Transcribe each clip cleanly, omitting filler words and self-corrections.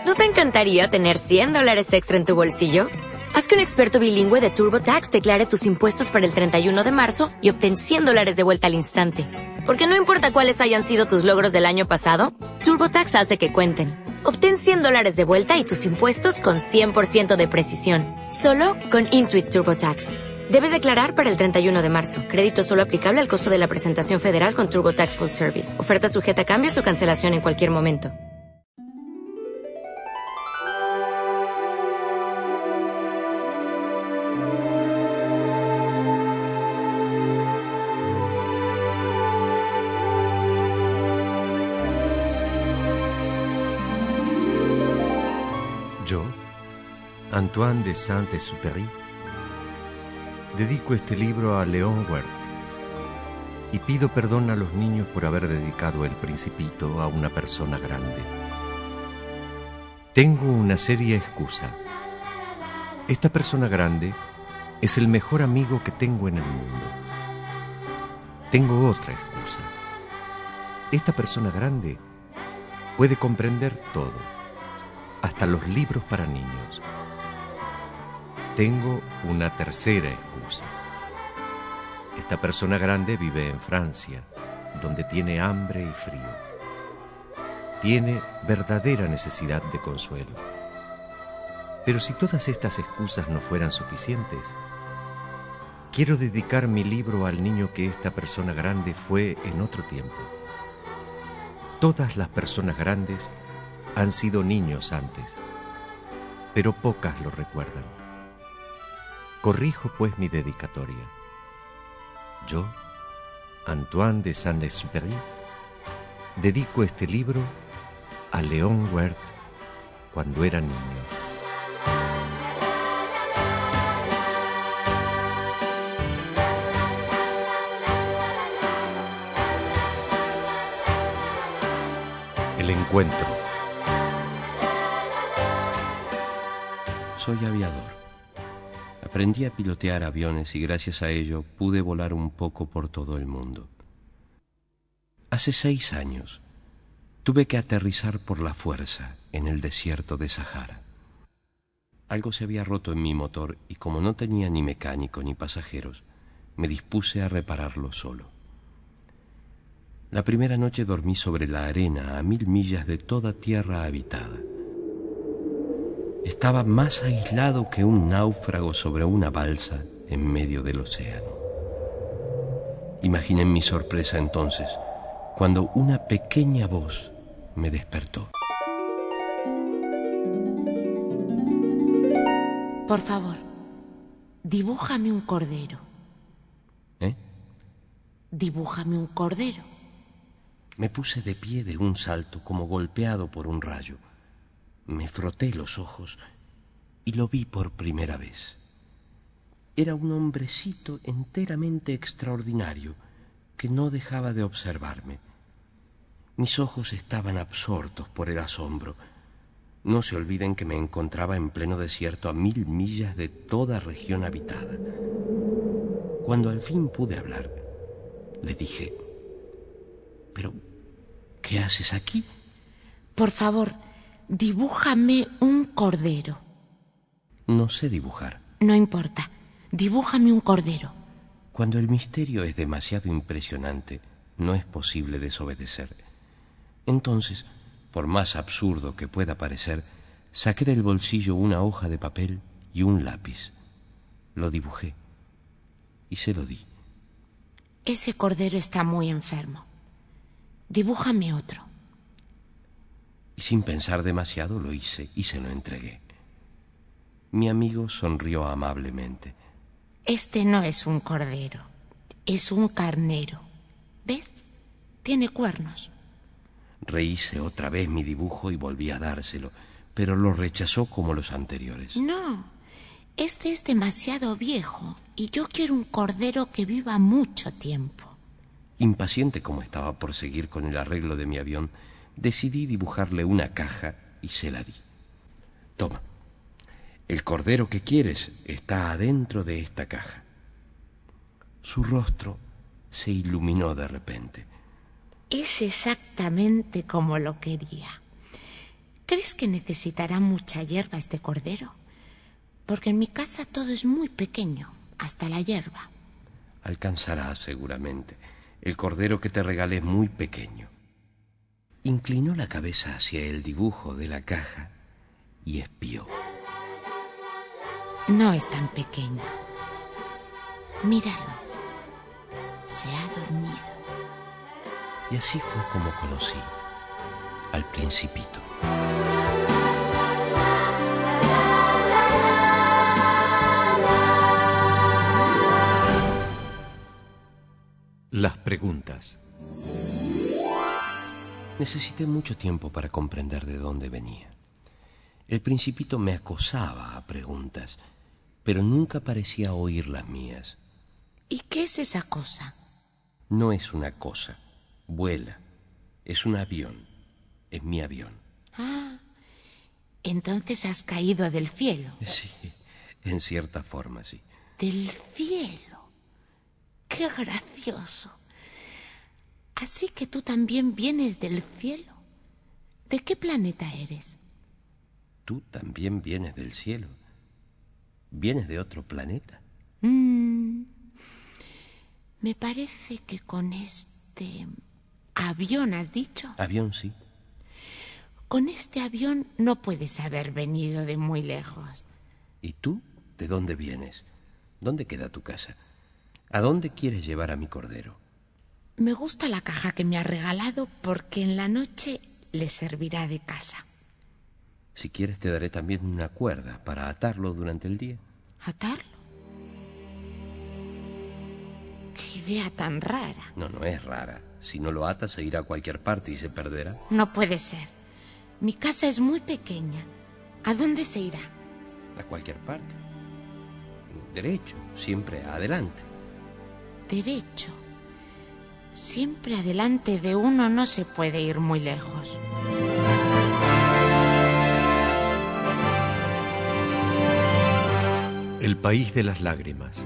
¿No te encantaría tener $100 extra en tu bolsillo? Haz que un experto bilingüe de TurboTax declare tus impuestos para el 31 de marzo y obtén $100 de vuelta al instante. Porque no importa cuáles hayan sido tus logros del año pasado, TurboTax hace que cuenten. Obtén $100 de vuelta y tus impuestos con 100% de precisión. Solo con Intuit TurboTax. Debes declarar para el 31 de marzo. Crédito solo aplicable al costo de la presentación federal con TurboTax Full Service. Oferta sujeta a cambios o cancelación en cualquier momento. Yo, Antoine de Saint-Exupéry, dedico este libro a Léon Werth y pido perdón a los niños por haber dedicado El Principito a una persona grande. Tengo una seria excusa. Esta persona grande es el mejor amigo que tengo en el mundo. Tengo otra excusa. Esta persona grande puede comprender todo, hasta los libros para niños. Tengo una tercera excusa. Esta persona grande vive en Francia, donde tiene hambre y frío. Tiene verdadera necesidad de consuelo. Pero si todas estas excusas no fueran suficientes, quiero dedicar mi libro al niño que esta persona grande fue en otro tiempo. Todas las personas grandes han sido niños antes, pero pocas lo recuerdan. Corrijo pues mi dedicatoria. Yo, Antoine de Saint-Exupéry, dedico este libro a Léon Werth cuando era niño. El encuentro. Soy aviador. Aprendí a pilotear aviones y gracias a ello pude volar un poco por todo el mundo. Hace 6 años tuve que aterrizar por la fuerza en el desierto de Sahara. Algo se había roto en mi motor y como no tenía ni mecánico ni pasajeros, me dispuse a repararlo solo. La primera noche dormí sobre la arena a 1000 millas de toda tierra habitada. Estaba más aislado que un náufrago sobre una balsa en medio del océano. Imaginé mi sorpresa entonces, cuando una pequeña voz me despertó. Por favor, dibújame un cordero. ¿Eh? Dibújame un cordero. Me puse de pie de un salto, como golpeado por un rayo. Me froté los ojos y lo vi por primera vez. Era un hombrecito enteramente extraordinario que no dejaba de observarme. Mis ojos estaban absortos por el asombro. No se olviden que me encontraba en pleno desierto a 1000 millas de toda región habitada. Cuando al fin pude hablar, le dije: «¿Pero qué haces aquí?» Por favor, dibújame un cordero. No sé dibujar. No importa, dibújame un cordero. Cuando el misterio es demasiado impresionante, no es posible desobedecer. Entonces, por más absurdo que pueda parecer, saqué del bolsillo una hoja de papel y un lápiz. Lo dibujé y se lo di. Ese cordero está muy enfermo. Dibújame otro. Y sin pensar demasiado lo hice y se lo entregué. Mi amigo sonrió amablemente. Este no es un cordero, es un carnero. ¿Ves? Tiene cuernos. Rehice otra vez mi dibujo y volví a dárselo, pero lo rechazó como los anteriores. No, este es demasiado viejo y yo quiero un cordero que viva mucho tiempo. Impaciente como estaba por seguir con el arreglo de mi avión, decidí dibujarle una caja y se la di. Toma, el cordero que quieres está adentro de esta caja. Su rostro se iluminó de repente. Es exactamente como lo quería. ¿Crees que necesitará mucha hierba este cordero? Porque en mi casa todo es muy pequeño, hasta la hierba. Alcanzará seguramente. El cordero que te regalé es muy pequeño. Inclinó la cabeza hacia el dibujo de la caja y espió. No es tan pequeño. Míralo. Se ha dormido. Y así fue como conocí al Principito. Las preguntas. Necesité mucho tiempo para comprender de dónde venía. El Principito me acosaba a preguntas, pero nunca parecía oír las mías. ¿Y qué es esa cosa? No es una cosa, vuela. Es un avión, es mi avión. Ah, entonces has caído del cielo. Sí, en cierta forma, sí. Del cielo. ¡Qué gracioso! Así que tú también vienes del cielo. ¿De qué planeta eres? Tú también vienes del cielo. ¿Vienes de otro planeta? Me parece que con este avión, ¿has dicho? Avión, sí. Con este avión no puedes haber venido de muy lejos. ¿Y tú? ¿De dónde vienes? ¿Dónde queda tu casa? ¿A dónde quieres llevar a mi cordero? Me gusta la caja que me ha regalado porque en la noche le servirá de casa. Si quieres te daré también una cuerda para atarlo durante el día. ¿Atarlo? ¡Qué idea tan rara! No, no es rara. Si no lo atas se irá a cualquier parte y se perderá. No puede ser. Mi casa es muy pequeña. ¿A dónde se irá? A cualquier parte. Derecho, siempre adelante. Derecho. Siempre adelante de uno no se puede ir muy lejos. El país de las lágrimas.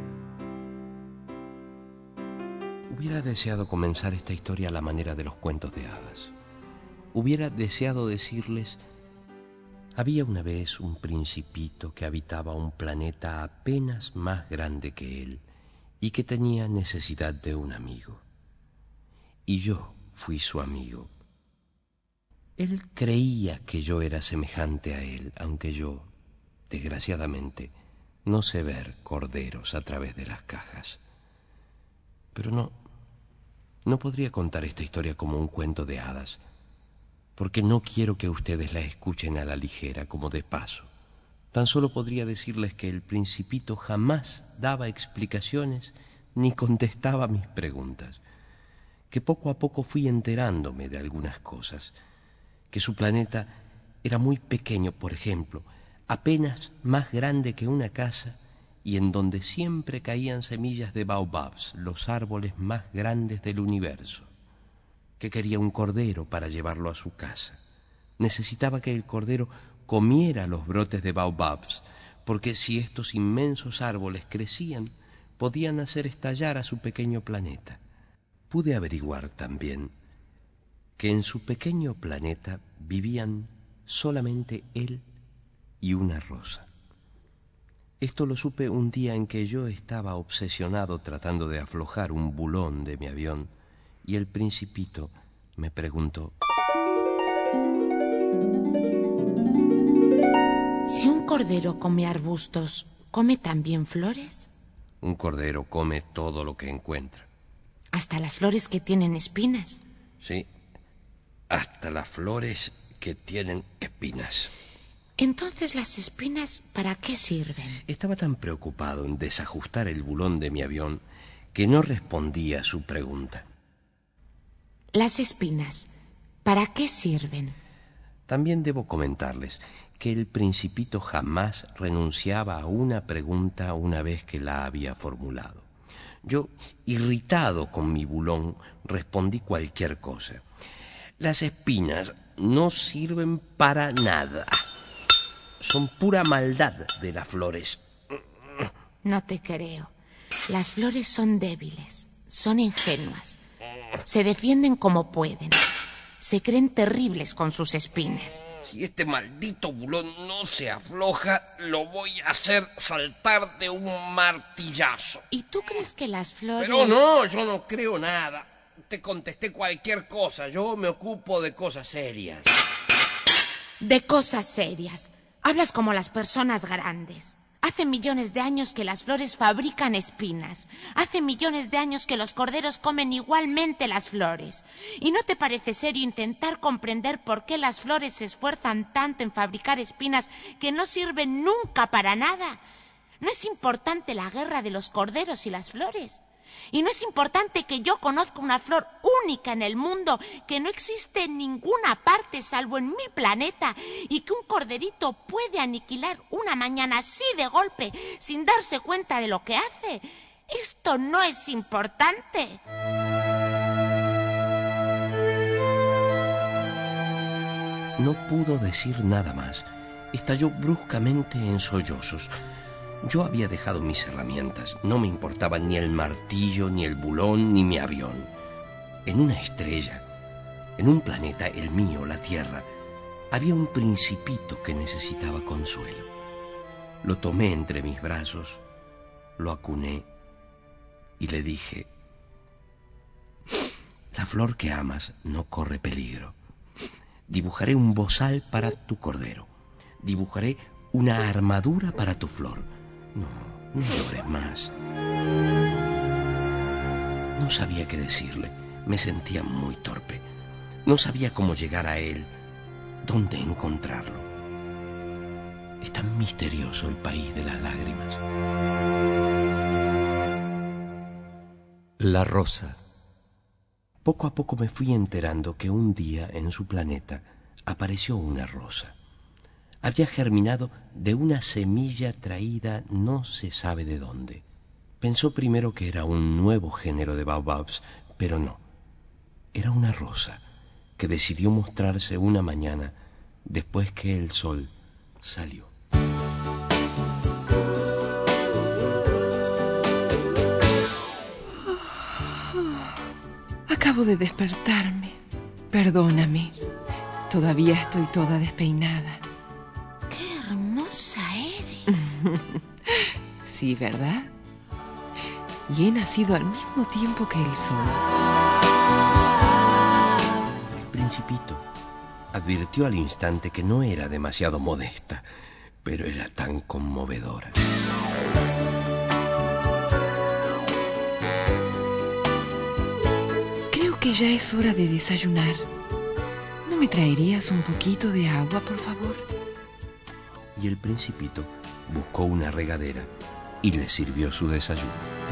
Hubiera deseado comenzar esta historia a la manera de los cuentos de hadas. Hubiera deseado decirles: había una vez un principito que habitaba un planeta apenas más grande que él y que tenía necesidad de un amigo. Y yo fui su amigo. Él creía que yo era semejante a él, aunque yo, desgraciadamente, no sé ver corderos a través de las cajas. Pero no podría contar esta historia como un cuento de hadas, porque no quiero que ustedes la escuchen a la ligera, como de paso. Tan solo podría decirles que el principito jamás daba explicaciones ni contestaba mis preguntas, que poco a poco fui enterándome de algunas cosas, que su planeta era muy pequeño, por ejemplo, apenas más grande que una casa, y en donde siempre caían semillas de baobabs, los árboles más grandes del universo, que quería un cordero para llevarlo a su casa. Necesitaba que el cordero comiera los brotes de baobabs, porque si estos inmensos árboles crecían, podían hacer estallar a su pequeño planeta. Pude averiguar también que en su pequeño planeta vivían solamente él y una rosa. Esto lo supe un día en que yo estaba obsesionado tratando de aflojar un bulón de mi avión y el principito me preguntó: Si un cordero come arbustos, ¿come también flores? Un cordero come todo lo que encuentra. ¿Hasta las flores que tienen espinas? Sí, hasta las flores que tienen espinas. Entonces, ¿las espinas para qué sirven? Estaba tan preocupado en desajustar el bulón de mi avión que no respondí a su pregunta. Las espinas, ¿para qué sirven? También debo comentarles que el principito jamás renunciaba a una pregunta una vez que la había formulado. Yo, irritado con mi bulón, respondí cualquier cosa. Las espinas no sirven para nada. Son pura maldad de las flores. No te creo. Las flores son débiles, son ingenuas. Se defienden como pueden. Se creen terribles con sus espinas. Si este maldito bulón no se afloja, lo voy a hacer saltar de un martillazo. ¿Y tú crees que las flores...? Pero no, yo no creo nada. Te contesté cualquier cosa. Yo me ocupo de cosas serias. De cosas serias. Hablas como las personas grandes. Hace millones de años que las flores fabrican espinas. Hace millones de años que los corderos comen igualmente las flores. ¿Y no te parece serio intentar comprender por qué las flores se esfuerzan tanto en fabricar espinas que no sirven nunca para nada? ¿No es importante la guerra de los corderos y las flores? ¿Y no es importante que yo conozca una flor única en el mundo que no existe en ninguna parte salvo en mi planeta y que un corderito puede aniquilar una mañana así de golpe sin darse cuenta de lo que hace? ¿Esto no es importante? No pudo decir nada más. Estalló bruscamente en sollozos. Yo había dejado mis herramientas. No me importaban ni el martillo, ni el bulón, ni mi avión. En una estrella, en un planeta, el mío, la Tierra, había un principito que necesitaba consuelo. Lo tomé entre mis brazos, lo acuné y le dije: la flor que amas no corre peligro. Dibujaré un bozal para tu cordero. Dibujaré una armadura para tu flor. No llores más. No sabía qué decirle. Me sentía muy torpe. No sabía cómo llegar a él, dónde encontrarlo. Es tan misterioso el país de las lágrimas. La rosa. Poco a poco me fui enterando que un día en su planeta apareció una rosa. Había germinado de una semilla traída no se sabe de dónde. Pensó primero que era un nuevo género de baobabs, pero no. Era una rosa que decidió mostrarse una mañana después que el sol salió. Acabo de despertarme. Perdóname. Todavía estoy toda despeinada. ¡Qué hermosa eres! Sí, ¿verdad? Y he nacido al mismo tiempo que el sol. El principito advirtió al instante que no era demasiado modesta, pero era tan conmovedora. Creo que ya es hora de desayunar. ¿No me traerías un poquito de agua, por favor? Y el principito buscó una regadera y le sirvió su desayuno.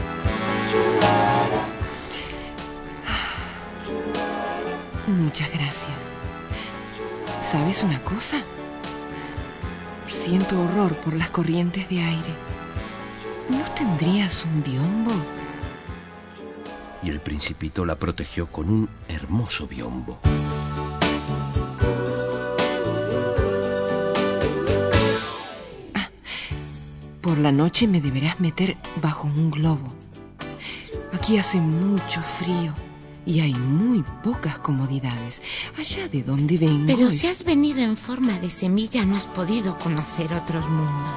Muchas gracias. ¿Sabes una cosa? Siento horror por las corrientes de aire. ¿No tendrías un biombo? Y el principito la protegió con un hermoso biombo. Por la noche me deberás meter bajo un globo. Aquí hace mucho frío y hay muy pocas comodidades. Allá de donde vengo... Pero si has venido en forma de semilla, no has podido conocer otros mundos.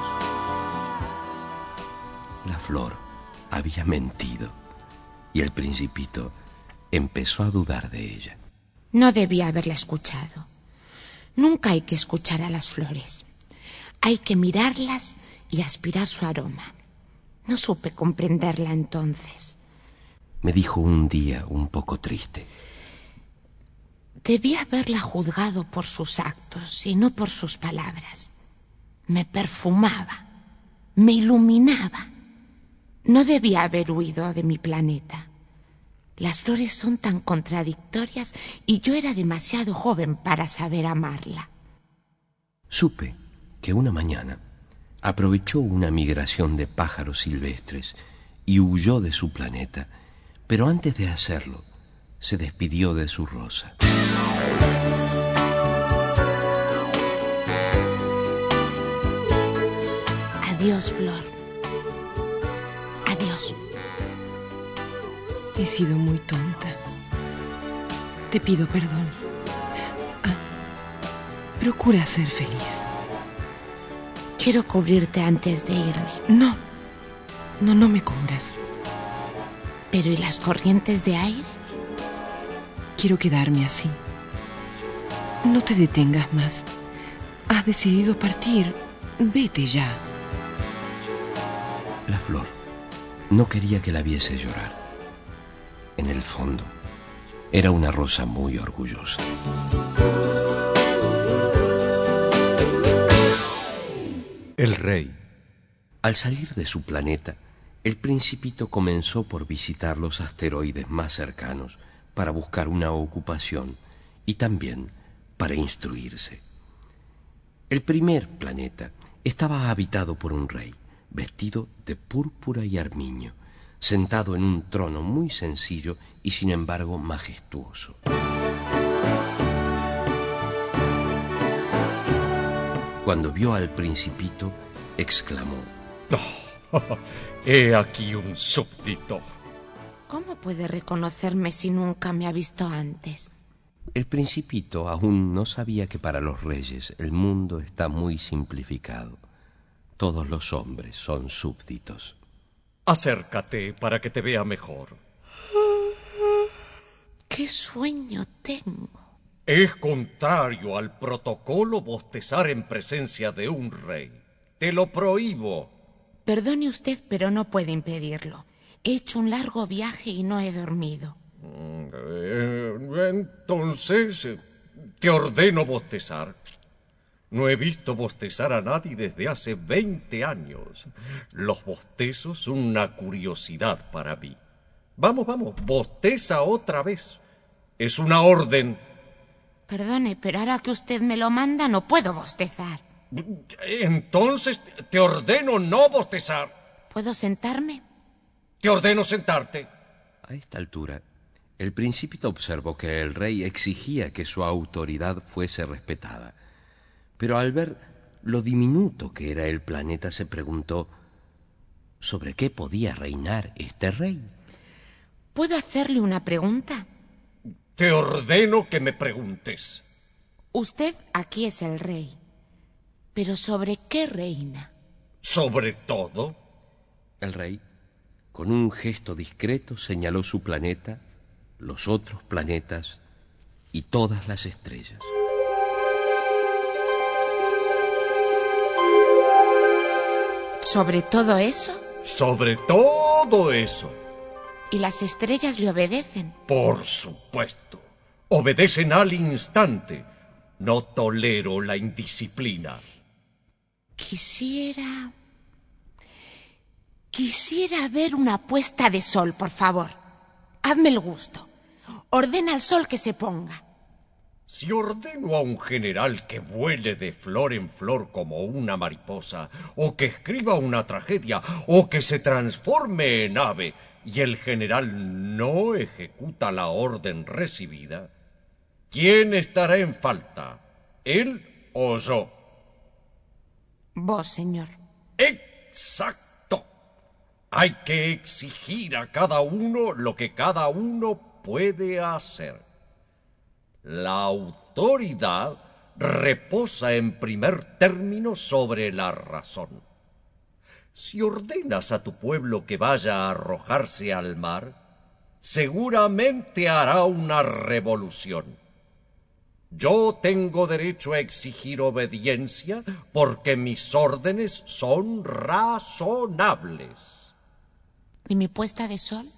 La flor había mentido y el principito empezó a dudar de ella. No debía haberla escuchado. Nunca hay que escuchar a las flores. Hay que mirarlas y aspirar su aroma. No supe comprenderla entonces. Me dijo un día un poco triste: debí haberla juzgado por sus actos y no por sus palabras. Me perfumaba, me iluminaba. No debía haber huido de mi planeta. Las flores son tan contradictorias y yo era demasiado joven para saber amarla. Supe que una mañana aprovechó una migración de pájaros silvestres y huyó de su planeta, pero antes de hacerlo, se despidió de su rosa. Adiós, flor. Adiós. He sido muy tonta. Te pido perdón. Procura ser feliz. Quiero cubrirte antes de irme. No me cubras. ¿Pero y las corrientes de aire? Quiero quedarme así. No te detengas más. Has decidido partir. Vete ya. La flor no quería que la viese llorar. En el fondo, era una rosa muy orgullosa. El rey. Al salir de su planeta, el Principito comenzó por visitar los asteroides más cercanos para buscar una ocupación y también para instruirse. El primer planeta estaba habitado por un rey, vestido de púrpura y armiño, sentado en un trono muy sencillo y sin embargo majestuoso. Cuando vio al Principito, exclamó: ¡Oh! He aquí un súbdito. ¿Cómo puede reconocerme si nunca me ha visto antes? El Principito aún no sabía que para los reyes el mundo está muy simplificado. Todos los hombres son súbditos. Acércate para que te vea mejor. ¡Qué sueño tengo! Es contrario al protocolo bostezar en presencia de un rey. Te lo prohíbo. Perdone usted, pero no puede impedirlo. He hecho un largo viaje y no he dormido. Entonces, te ordeno bostezar. No he visto bostezar a nadie desde hace 20 años. Los bostezos son una curiosidad para mí. Vamos, bosteza otra vez. Es una orden. Perdone, pero ahora que usted me lo manda, no puedo bostezar. Entonces, te ordeno no bostezar. ¿Puedo sentarme? Te ordeno sentarte. A esta altura, el Principito observó que el rey exigía que su autoridad fuese respetada. Pero al ver lo diminuto que era el planeta, se preguntó sobre qué podía reinar este rey. ¿Puedo hacerle una pregunta? Te ordeno que me preguntes. Usted aquí es el rey. ¿Pero sobre qué reina? ¿Sobre todo? El rey, con un gesto discreto, señaló su planeta, los otros planetas y todas las estrellas. ¿Sobre todo eso? Sobre todo eso. ¿Y las estrellas le obedecen? Por supuesto. Obedecen al instante. No tolero la indisciplina. Quisiera ver una puesta de sol, por favor. Hazme el gusto. Ordena al sol que se ponga. Si ordeno a un general que vuele de flor en flor como una mariposa, o que escriba una tragedia, o que se transforme en ave, y el general no ejecuta la orden recibida, ¿quién estará en falta? ¿Él o yo? Vos, señor. ¡Exacto! Hay que exigir a cada uno lo que cada uno puede hacer. La autoridad reposa en primer término sobre la razón. Si ordenas a tu pueblo que vaya a arrojarse al mar, seguramente hará una revolución. Yo tengo derecho a exigir obediencia porque mis órdenes son razonables. ¿Y mi puesta de sol?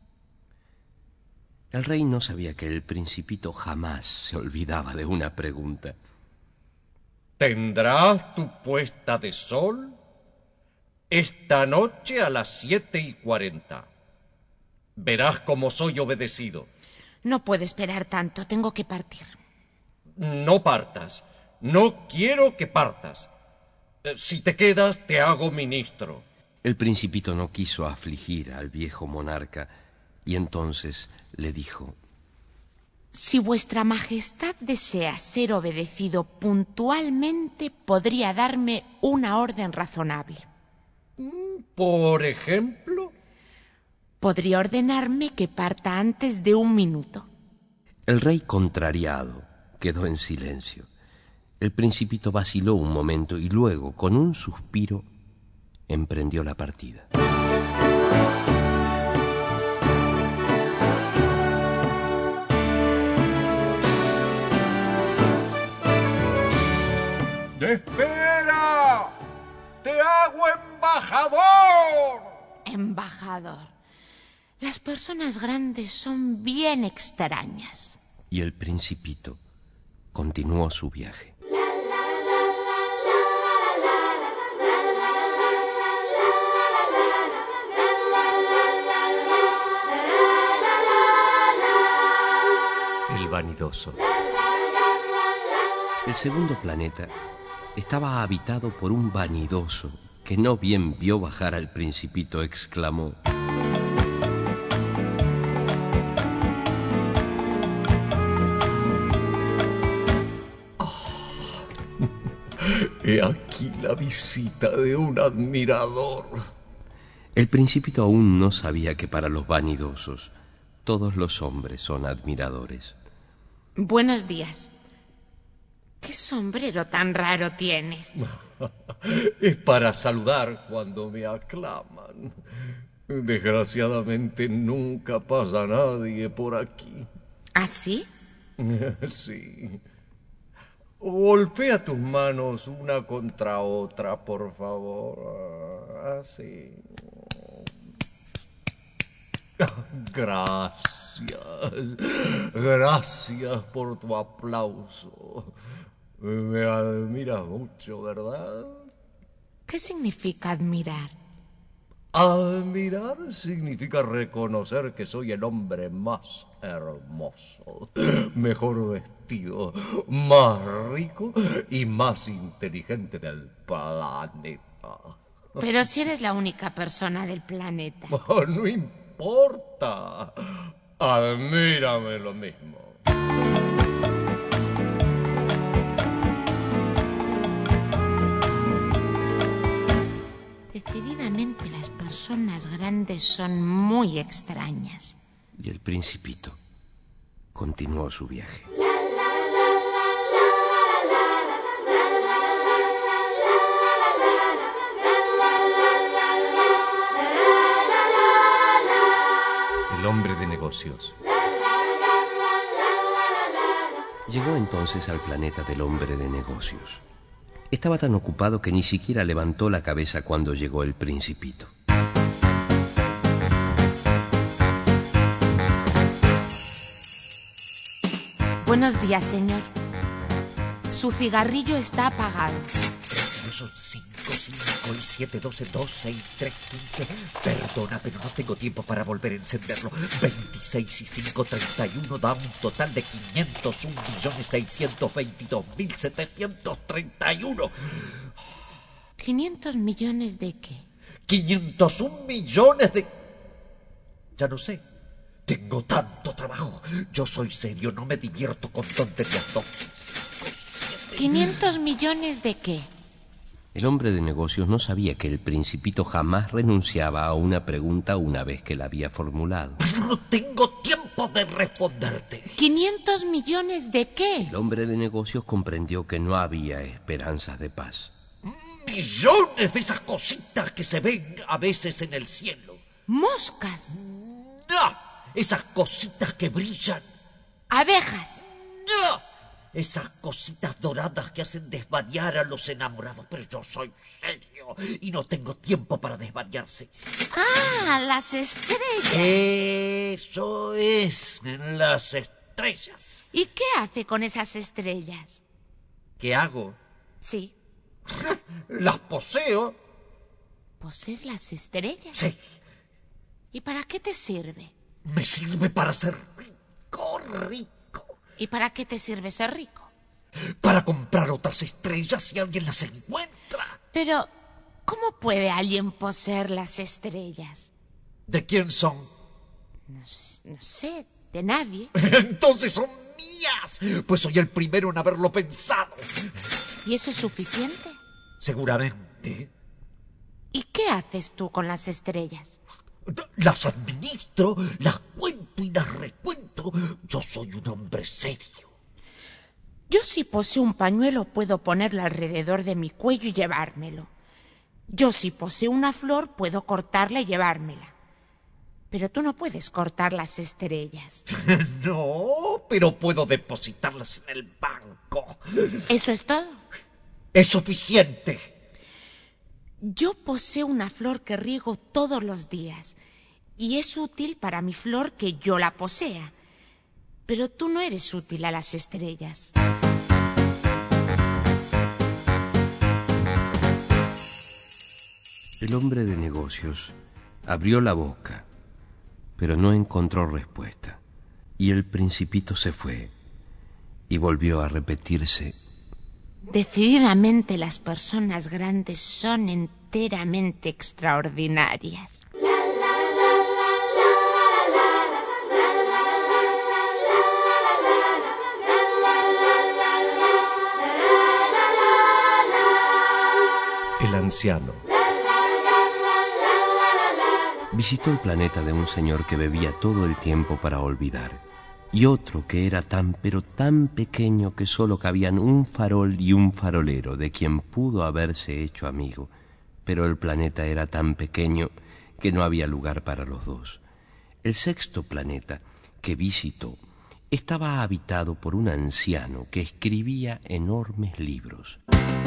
El rey no sabía que el Principito jamás se olvidaba de una pregunta. ¿Tendrás tu puesta de sol? Esta noche a las 7:40. Verás cómo soy obedecido. No puedo esperar tanto, tengo que partir. No partas. No quiero que partas. Si te quedas, te hago ministro. El Principito no quiso afligir al viejo monarca y entonces le dijo: Si vuestra majestad desea ser obedecido puntualmente, podría darme una orden razonable. ¿Por ejemplo? Podría ordenarme que parta antes de 1 minuto. El rey, contrariado, quedó en silencio. El Principito vaciló un momento y luego, con un suspiro, emprendió la partida. ¡Espera! ¡Te hago embajador! Embajador. Las personas grandes son bien extrañas. Y el Principito continuó su viaje. El vanidoso. El segundo planeta estaba habitado por un vanidoso que no bien vio bajar al Principito, exclamó: He aquí la visita de un admirador. El Principito aún no sabía que para los vanidosos todos los hombres son admiradores. Buenos días. ¿Qué sombrero tan raro tienes? Es para saludar cuando me aclaman. Desgraciadamente nunca pasa nadie por aquí. ¿Ah, sí? Sí. Golpea tus manos una contra otra, por favor. Así. Gracias. Gracias por tu aplauso. Me admiras mucho, ¿verdad? ¿Qué significa admirar? Admirar significa reconocer que soy el hombre más hermoso, mejor vestido, más rico y más inteligente del planeta. Pero si eres la única persona del planeta. No importa. Admírame lo mismo. Decididamente las personas grandes son muy extrañas. Y el Principito continuó su viaje. El hombre de negocios. Llegó entonces al planeta del hombre de negocios. Estaba tan ocupado que ni siquiera levantó la cabeza cuando llegó el Principito. Buenos días, señor. Su cigarrillo está apagado. 13, 2 son 5, 5 y 7, 12, 12 y 3, 15. Perdona, pero no tengo tiempo para volver a encenderlo. 26 y 5, 31 da un total de 501.622.731. ¿500 millones de qué? 501 millones de... Ya no sé. Tengo tanto trabajo. Yo soy serio, no me divierto con tonterías. 500 millones de qué? El hombre de negocios no sabía que el Principito jamás renunciaba a una pregunta una vez que la había formulado. No tengo tiempo de responderte. ¿500 millones de qué? El hombre de negocios comprendió que no había esperanzas de paz. Millones de esas cositas que se ven a veces en el cielo. Moscas. No, esas cositas que brillan. Abejas. No, esas cositas doradas que hacen desvariar a los enamorados. Pero yo soy serio y no tengo tiempo para desvariarse. Ah, las estrellas. Eso es, las estrellas. ¿Y qué hace con esas estrellas? ¿Qué hago? Sí. Las poseo. ¿Posees las estrellas? Sí. ¿Y para qué te sirve? Me sirve para ser rico. ¿Y para qué te sirve ser rico? Para comprar otras estrellas si alguien las encuentra. Pero, ¿cómo puede alguien poseer las estrellas? ¿De quién son? No sé, de nadie. Entonces son mías. Pues soy el primero en haberlo pensado. ¿Y eso es suficiente? Seguramente. ¿Y qué haces tú con las estrellas? Las administro, las cuento y las recuento. Yo soy un hombre serio. Yo, si poseo un pañuelo, puedo ponerlo alrededor de mi cuello y llevármelo. Yo, si poseo una flor, puedo cortarla y llevármela. Pero tú no puedes cortar las estrellas. No, pero puedo depositarlas en el banco. ¿Eso es todo? Es suficiente. Yo poseo una flor que riego todos los días, y es útil para mi flor que yo la posea. Pero tú no eres útil a las estrellas. El hombre de negocios abrió la boca, pero no encontró respuesta. Y el Principito se fue y volvió a repetirse: Decididamente las personas grandes son enteramente extraordinarias. El anciano visitó el planeta de un señor que bebía todo el tiempo para olvidar, y otro que era tan pero tan pequeño que solo cabían un farol y un farolero, de quien pudo haberse hecho amigo, pero el planeta era tan pequeño que no había lugar para los dos. El sexto planeta que visitó estaba habitado por un anciano que escribía enormes libros.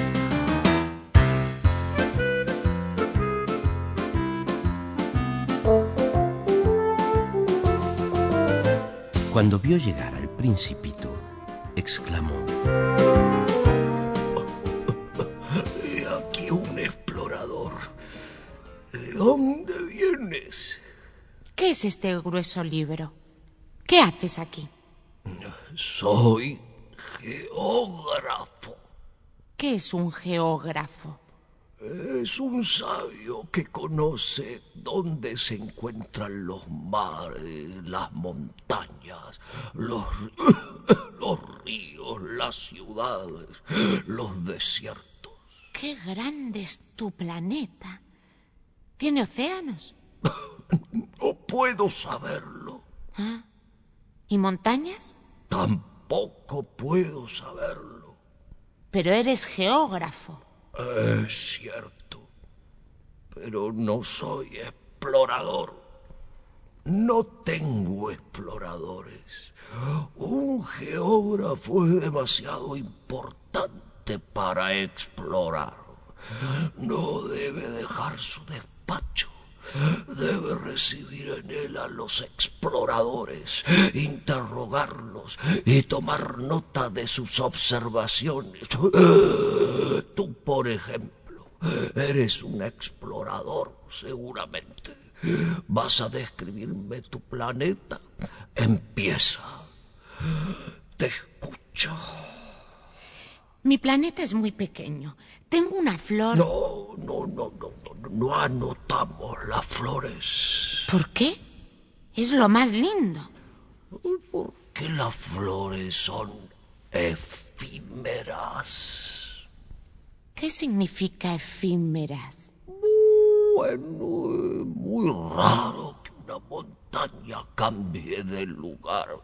Cuando vio llegar al Principito, exclamó: He aquí un explorador. ¿De dónde vienes? ¿Qué es este grueso libro? ¿Qué haces aquí? Soy geógrafo. ¿Qué es un geógrafo? Es un sabio que conoce dónde se encuentran los mares, las montañas, los ríos, las ciudades, los desiertos. ¡Qué grande es tu planeta! ¿Tiene océanos? No puedo saberlo. ¿Ah? ¿Y montañas? Tampoco puedo saberlo. Pero eres geógrafo. Es cierto, pero no soy explorador. No tengo exploradores. Un geógrafo es demasiado importante para explorar. No debe dejar su despacho. Debe recibir en él a los exploradores, interrogarlos y tomar nota de sus observaciones. Tú, por ejemplo, eres un explorador, seguramente. ¿Vas a describirme tu planeta? Empieza. Te escucho. Mi planeta es muy pequeño. Tengo una flor... No anotamos las flores. ¿Por qué? Es lo más lindo. Porque las flores son efímeras. ¿Qué significa efímeras? Bueno, es muy raro que una montaña cambie de lugar.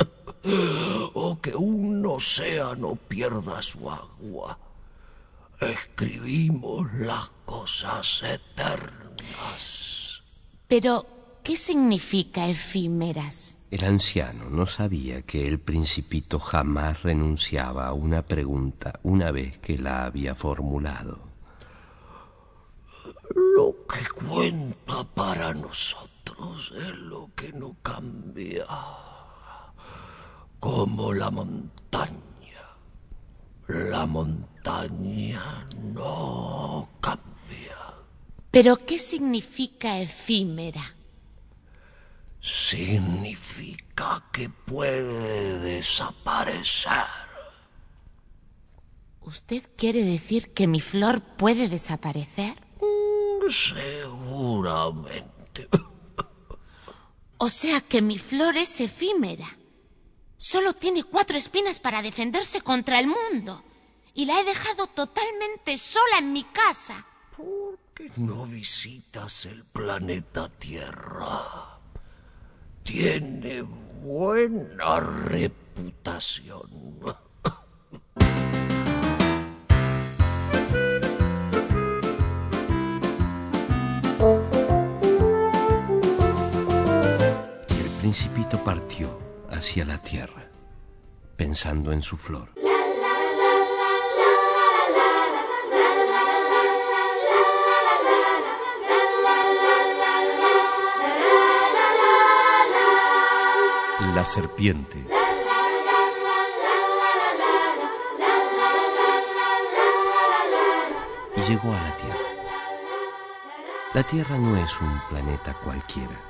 O que un océano pierda su agua. Escribimos las cosas eternas. Pero, ¿qué significa efímeras? El anciano no sabía que el Principito jamás renunciaba a una pregunta una vez que la había formulado. Lo que cuenta para nosotros es lo que no cambia. Como la montaña. La montaña no cambia. ¿Pero qué significa efímera? Significa que puede desaparecer. ¿Usted quiere decir que mi flor puede desaparecer? Seguramente. O sea que mi flor es efímera. Solo tiene 4 espinas para defenderse contra el mundo. Y la he dejado totalmente sola en mi casa. ¿Por qué no visitas el planeta Tierra? Tiene buena reputación. hacia la tierra, pensando en su flor. La serpiente. Y llegó a la Tierra. La Tierra no es un planeta cualquiera.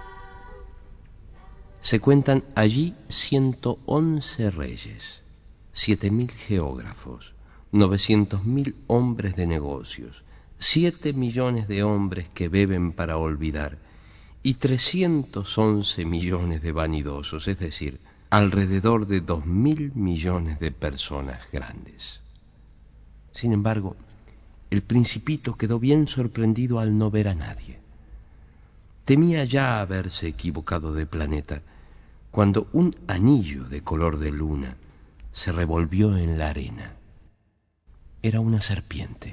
Se cuentan allí 111 reyes, 7.000 geógrafos, 900.000 hombres de negocios, 7 millones de hombres que beben para olvidar y 311 millones de vanidosos, es decir, alrededor de 2.000 millones de personas grandes. Sin embargo, el Principito quedó bien sorprendido al no ver a nadie. Temía ya haberse equivocado de planeta cuando un anillo de color de luna se revolvió en la arena. Era una serpiente.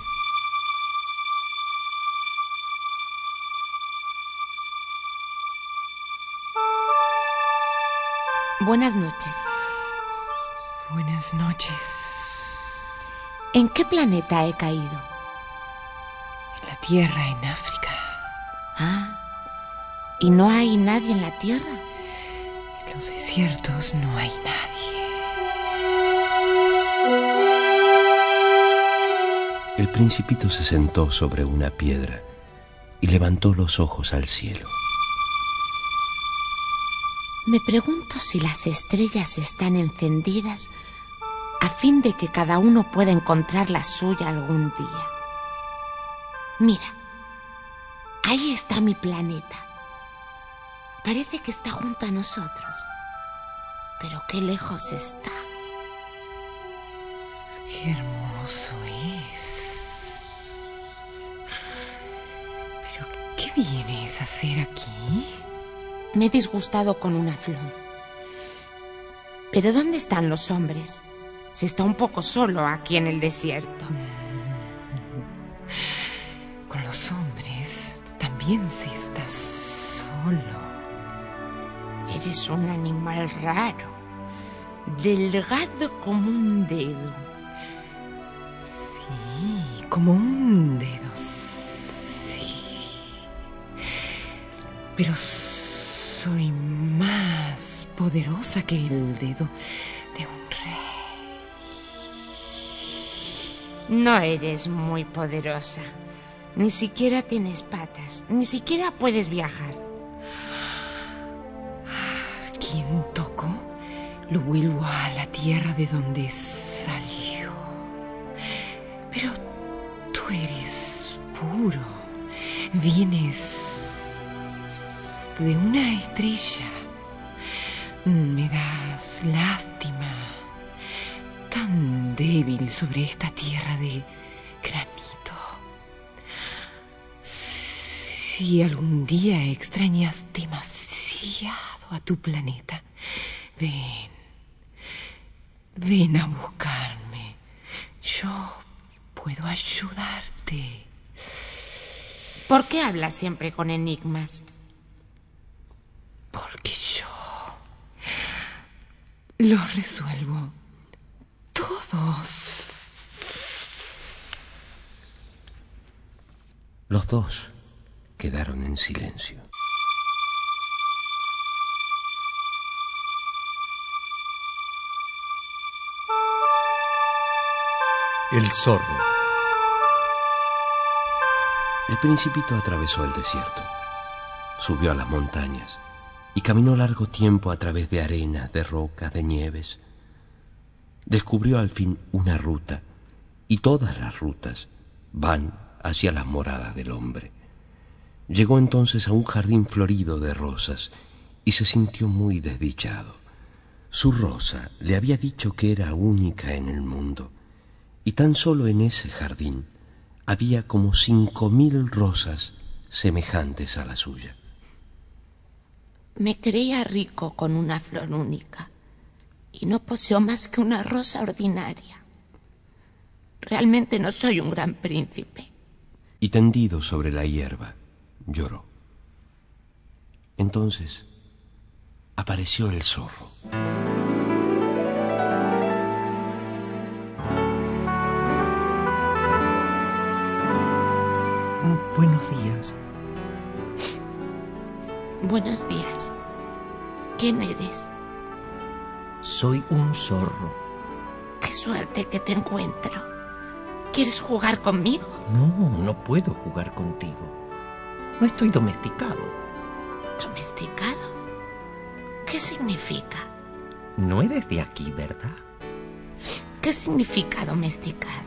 Buenas noches. Buenas noches. ¿En qué planeta he caído? En la Tierra, en África. Ah, ¿y no hay nadie en la Tierra? En los desiertos no hay nadie. El Principito se sentó sobre una piedra y levantó los ojos al cielo. Me pregunto si las estrellas están encendidas a fin de que cada uno pueda encontrar la suya algún día. Mira, ahí está mi planeta. Parece que está junto a nosotros, pero qué lejos está. Qué hermoso es. Pero, ¿qué vienes a hacer aquí? Me he disgustado con una flor. ¿Pero dónde están los hombres? Se está un poco solo aquí en el desierto. Con los hombres también se está solo. Eres un animal raro, delgado como un dedo. Sí, como un dedo, sí. Pero soy más poderosa que el dedo de un rey. No eres muy poderosa. Ni siquiera tienes patas. Ni siquiera puedes viajar. Quien tocó, lo vuelvo a la tierra de donde salió. Pero tú eres puro. Vienes de una estrella. Me das lástima. Tan débil sobre esta tierra de granito. Si algún día extrañas demasiado a tu planeta, ven a buscarme. Yo puedo ayudarte. ¿Por qué hablas siempre con enigmas? Porque yo los resuelvo todos. Los dos quedaron en silencio. El zorro. El Principito atravesó el desierto, subió a las montañas y caminó largo tiempo a través de arenas, de rocas, de nieves. Descubrió al fin una ruta, y todas las rutas van hacia las moradas del hombre. Llegó entonces a un jardín florido de rosas y se sintió muy desdichado. Su rosa le había dicho que era única en el mundo, y tan solo en ese jardín había como 5.000 rosas semejantes a la suya. Me creía rico con una flor única y no poseo más que una rosa ordinaria. Realmente no soy un gran príncipe. Y tendido sobre la hierba, lloró. Entonces apareció el zorro. Buenos días. Buenos días. ¿Quién eres? Soy un zorro. Qué suerte que te encuentro. ¿Quieres jugar conmigo? No, no puedo jugar contigo. No estoy domesticado. ¿Domesticado? ¿Qué significa? No eres de aquí, ¿verdad? ¿Qué significa domesticar?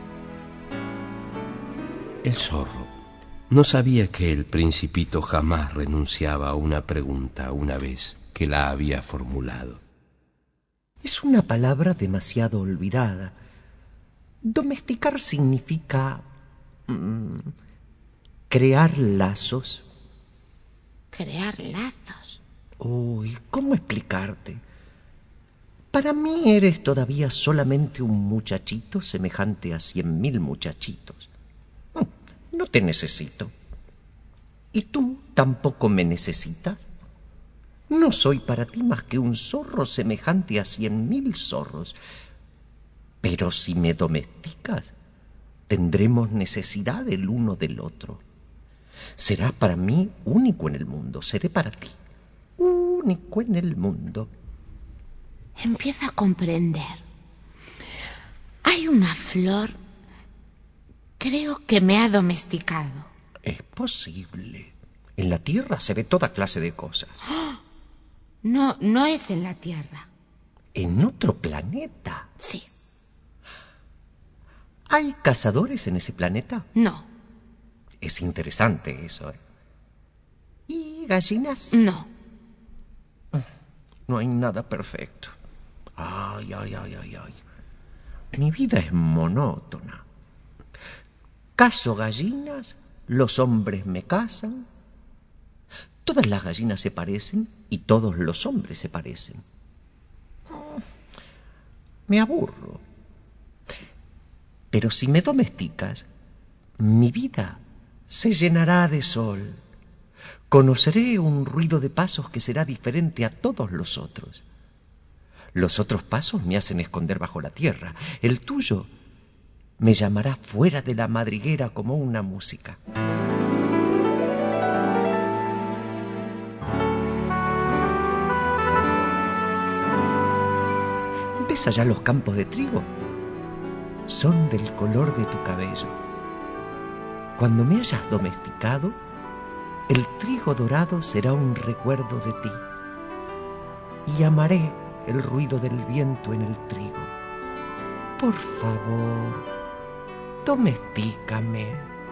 El zorro no sabía que el Principito jamás renunciaba a una pregunta una vez que la había formulado. Es una palabra demasiado olvidada. Domesticar significa crear lazos. ¿Crear lazos? Uy, ¿cómo explicarte? Para mí eres todavía solamente un muchachito semejante a 100.000 muchachitos. No te necesito. ¿Y tú tampoco me necesitas? No soy para ti más que un zorro semejante a 100.000 zorros. Pero si me domesticas, tendremos necesidad el uno del otro. Serás para mí único en el mundo. Seré para ti único en el mundo. Empiezo a comprender. Hay una flor. Creo que me ha domesticado. Es posible. En la tierra se ve toda clase de cosas. No, no es en la Tierra. ¿En otro planeta? Sí. ¿Hay cazadores en ese planeta? No. Es interesante eso, ¿eh? ¿Y gallinas? No. No hay nada perfecto. Ay, ay, ay, ay, ay. Mi vida es monótona. Cazo gallinas, los hombres me cazan. Todas las gallinas se parecen y todos los hombres se parecen. Me aburro. Pero si me domesticas, mi vida se llenará de sol. Conoceré un ruido de pasos que será diferente a todos los otros. Los otros pasos me hacen esconder bajo la tierra. El tuyo me llamará fuera de la madriguera como una música. ¿Ves allá los campos de trigo? Son del color de tu cabello. Cuando me hayas domesticado, el trigo dorado será un recuerdo de ti. Y amaré el ruido del viento en el trigo. Por favor, domestícame.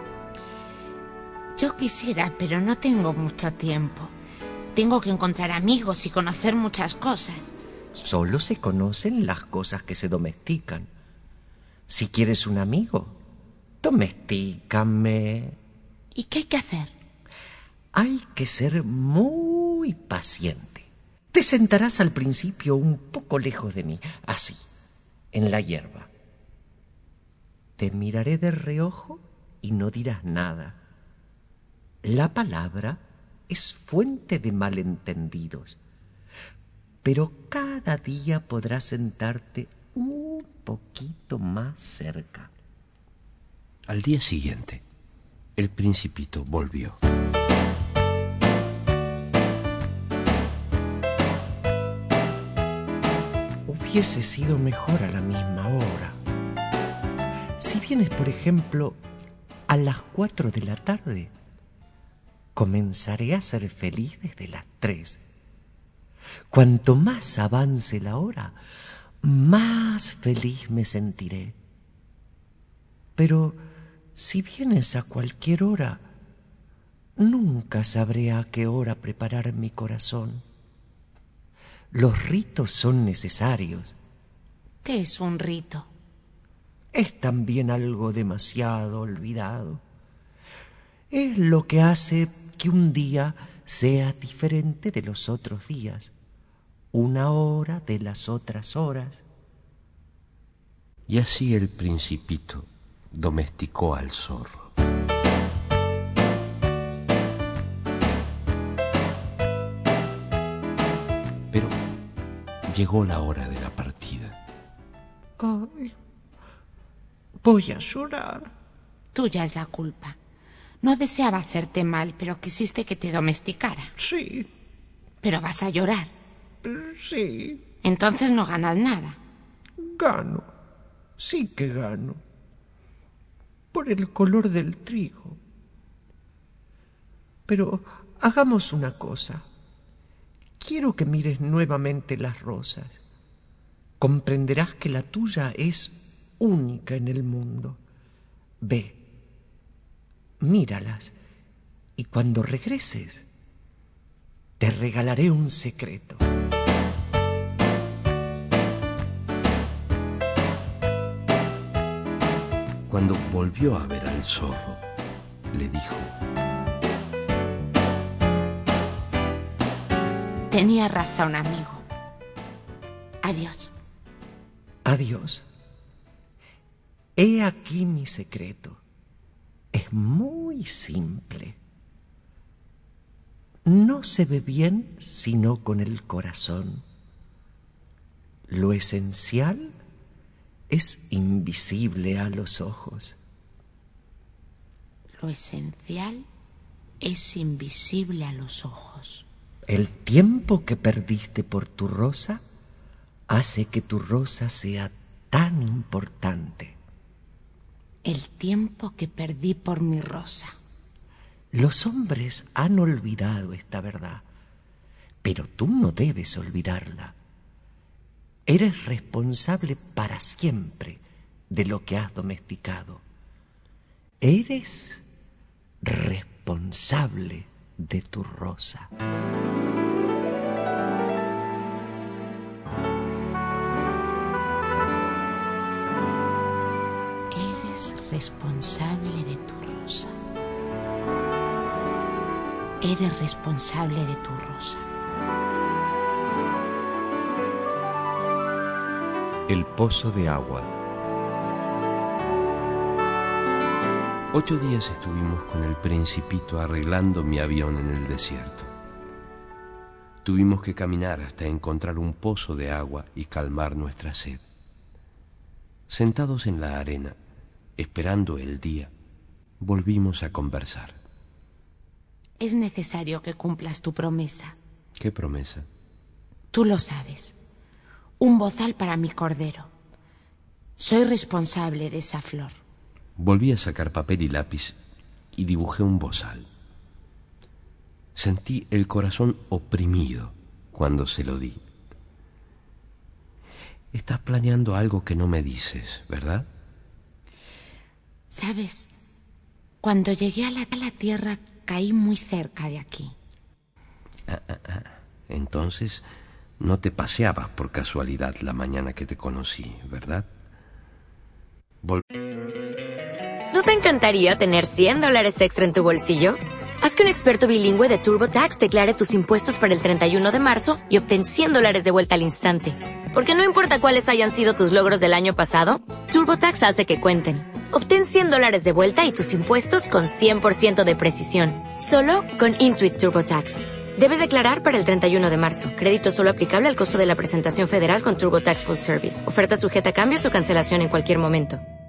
Yo quisiera, pero no tengo mucho tiempo. Tengo que encontrar amigos y conocer muchas cosas. Solo se conocen las cosas que se domestican. Si quieres un amigo, domestícame. ¿Y qué hay que hacer? Hay que ser muy paciente. Te sentarás al principio un poco lejos de mí, así, en la hierba. Te miraré de reojo y no dirás nada. La palabra es fuente de malentendidos, pero cada día podrás sentarte un poquito más cerca. Al día siguiente, el Principito volvió. Hubiese sido mejor a la misma hora. Si vienes, por ejemplo, a las 4 de la tarde, comenzaré a ser feliz desde las 3. Cuanto más avance la hora, más feliz me sentiré. Pero si vienes a cualquier hora, nunca sabré a qué hora preparar mi corazón. Los ritos son necesarios. ¿Qué es un rito? Es también algo demasiado olvidado. Es lo que hace que un día sea diferente de los otros días, una hora de las otras horas. Y así el Principito domesticó al zorro. Pero llegó la hora de la partida. Ay, voy a llorar. Tuya es la culpa. No deseaba hacerte mal, pero quisiste que te domesticara. Sí, Pero vas a llorar. sí, Entonces no ganas nada. gano. Sí que gano. Por el color del trigo. Pero hagamos una cosa. Quiero que mires nuevamente las rosas. Comprenderás que la tuya es única en el mundo. Ve, míralas, y cuando regreses, te regalaré un secreto. Cuando volvió a ver al zorro, le dijo: Tenía razón, amigo. Adiós. Adiós. He aquí mi secreto. Es muy simple. No se ve bien sino con el corazón. Lo esencial es invisible a los ojos. Lo esencial es invisible a los ojos. El tiempo que perdiste por tu rosa hace que tu rosa sea tan importante. El tiempo que perdí por mi rosa. Los hombres han olvidado esta verdad, pero tú no debes olvidarla. Eres responsable para siempre de lo que has domesticado. Eres responsable de tu rosa. Eres responsable de tu rosa. Eres responsable de tu rosa. El pozo de agua. 8 días estuvimos con el Principito arreglando mi avión en el desierto. Tuvimos que caminar hasta encontrar un pozo de agua y calmar nuestra sed. Sentados en la arena, esperando el día, volvimos a conversar. Es necesario que cumplas tu promesa. ¿Qué promesa? Tú lo sabes. Un bozal para mi cordero. Soy responsable de esa flor. Volví a sacar papel y lápiz y dibujé un bozal. Sentí el corazón oprimido cuando se lo di. Estás planeando algo que no me dices, ¿verdad? ¿Sabes? Cuando llegué a la tierra caí muy cerca de aquí. Entonces no te paseabas por casualidad la mañana que te conocí, ¿verdad? ¿No te encantaría tener $100 extra en tu bolsillo? Haz que un experto bilingüe de TurboTax declare tus impuestos para el 31 de marzo y obtén $100 de vuelta al instante. Porque no importa cuáles hayan sido tus logros del año pasado, TurboTax hace que cuenten. Obtén $100 de vuelta y tus impuestos con 100% de precisión. Solo con Intuit TurboTax. Debes declarar para el 31 de marzo. Crédito solo aplicable al costo de la presentación federal con TurboTax Full Service. Oferta sujeta a cambios o cancelación en cualquier momento.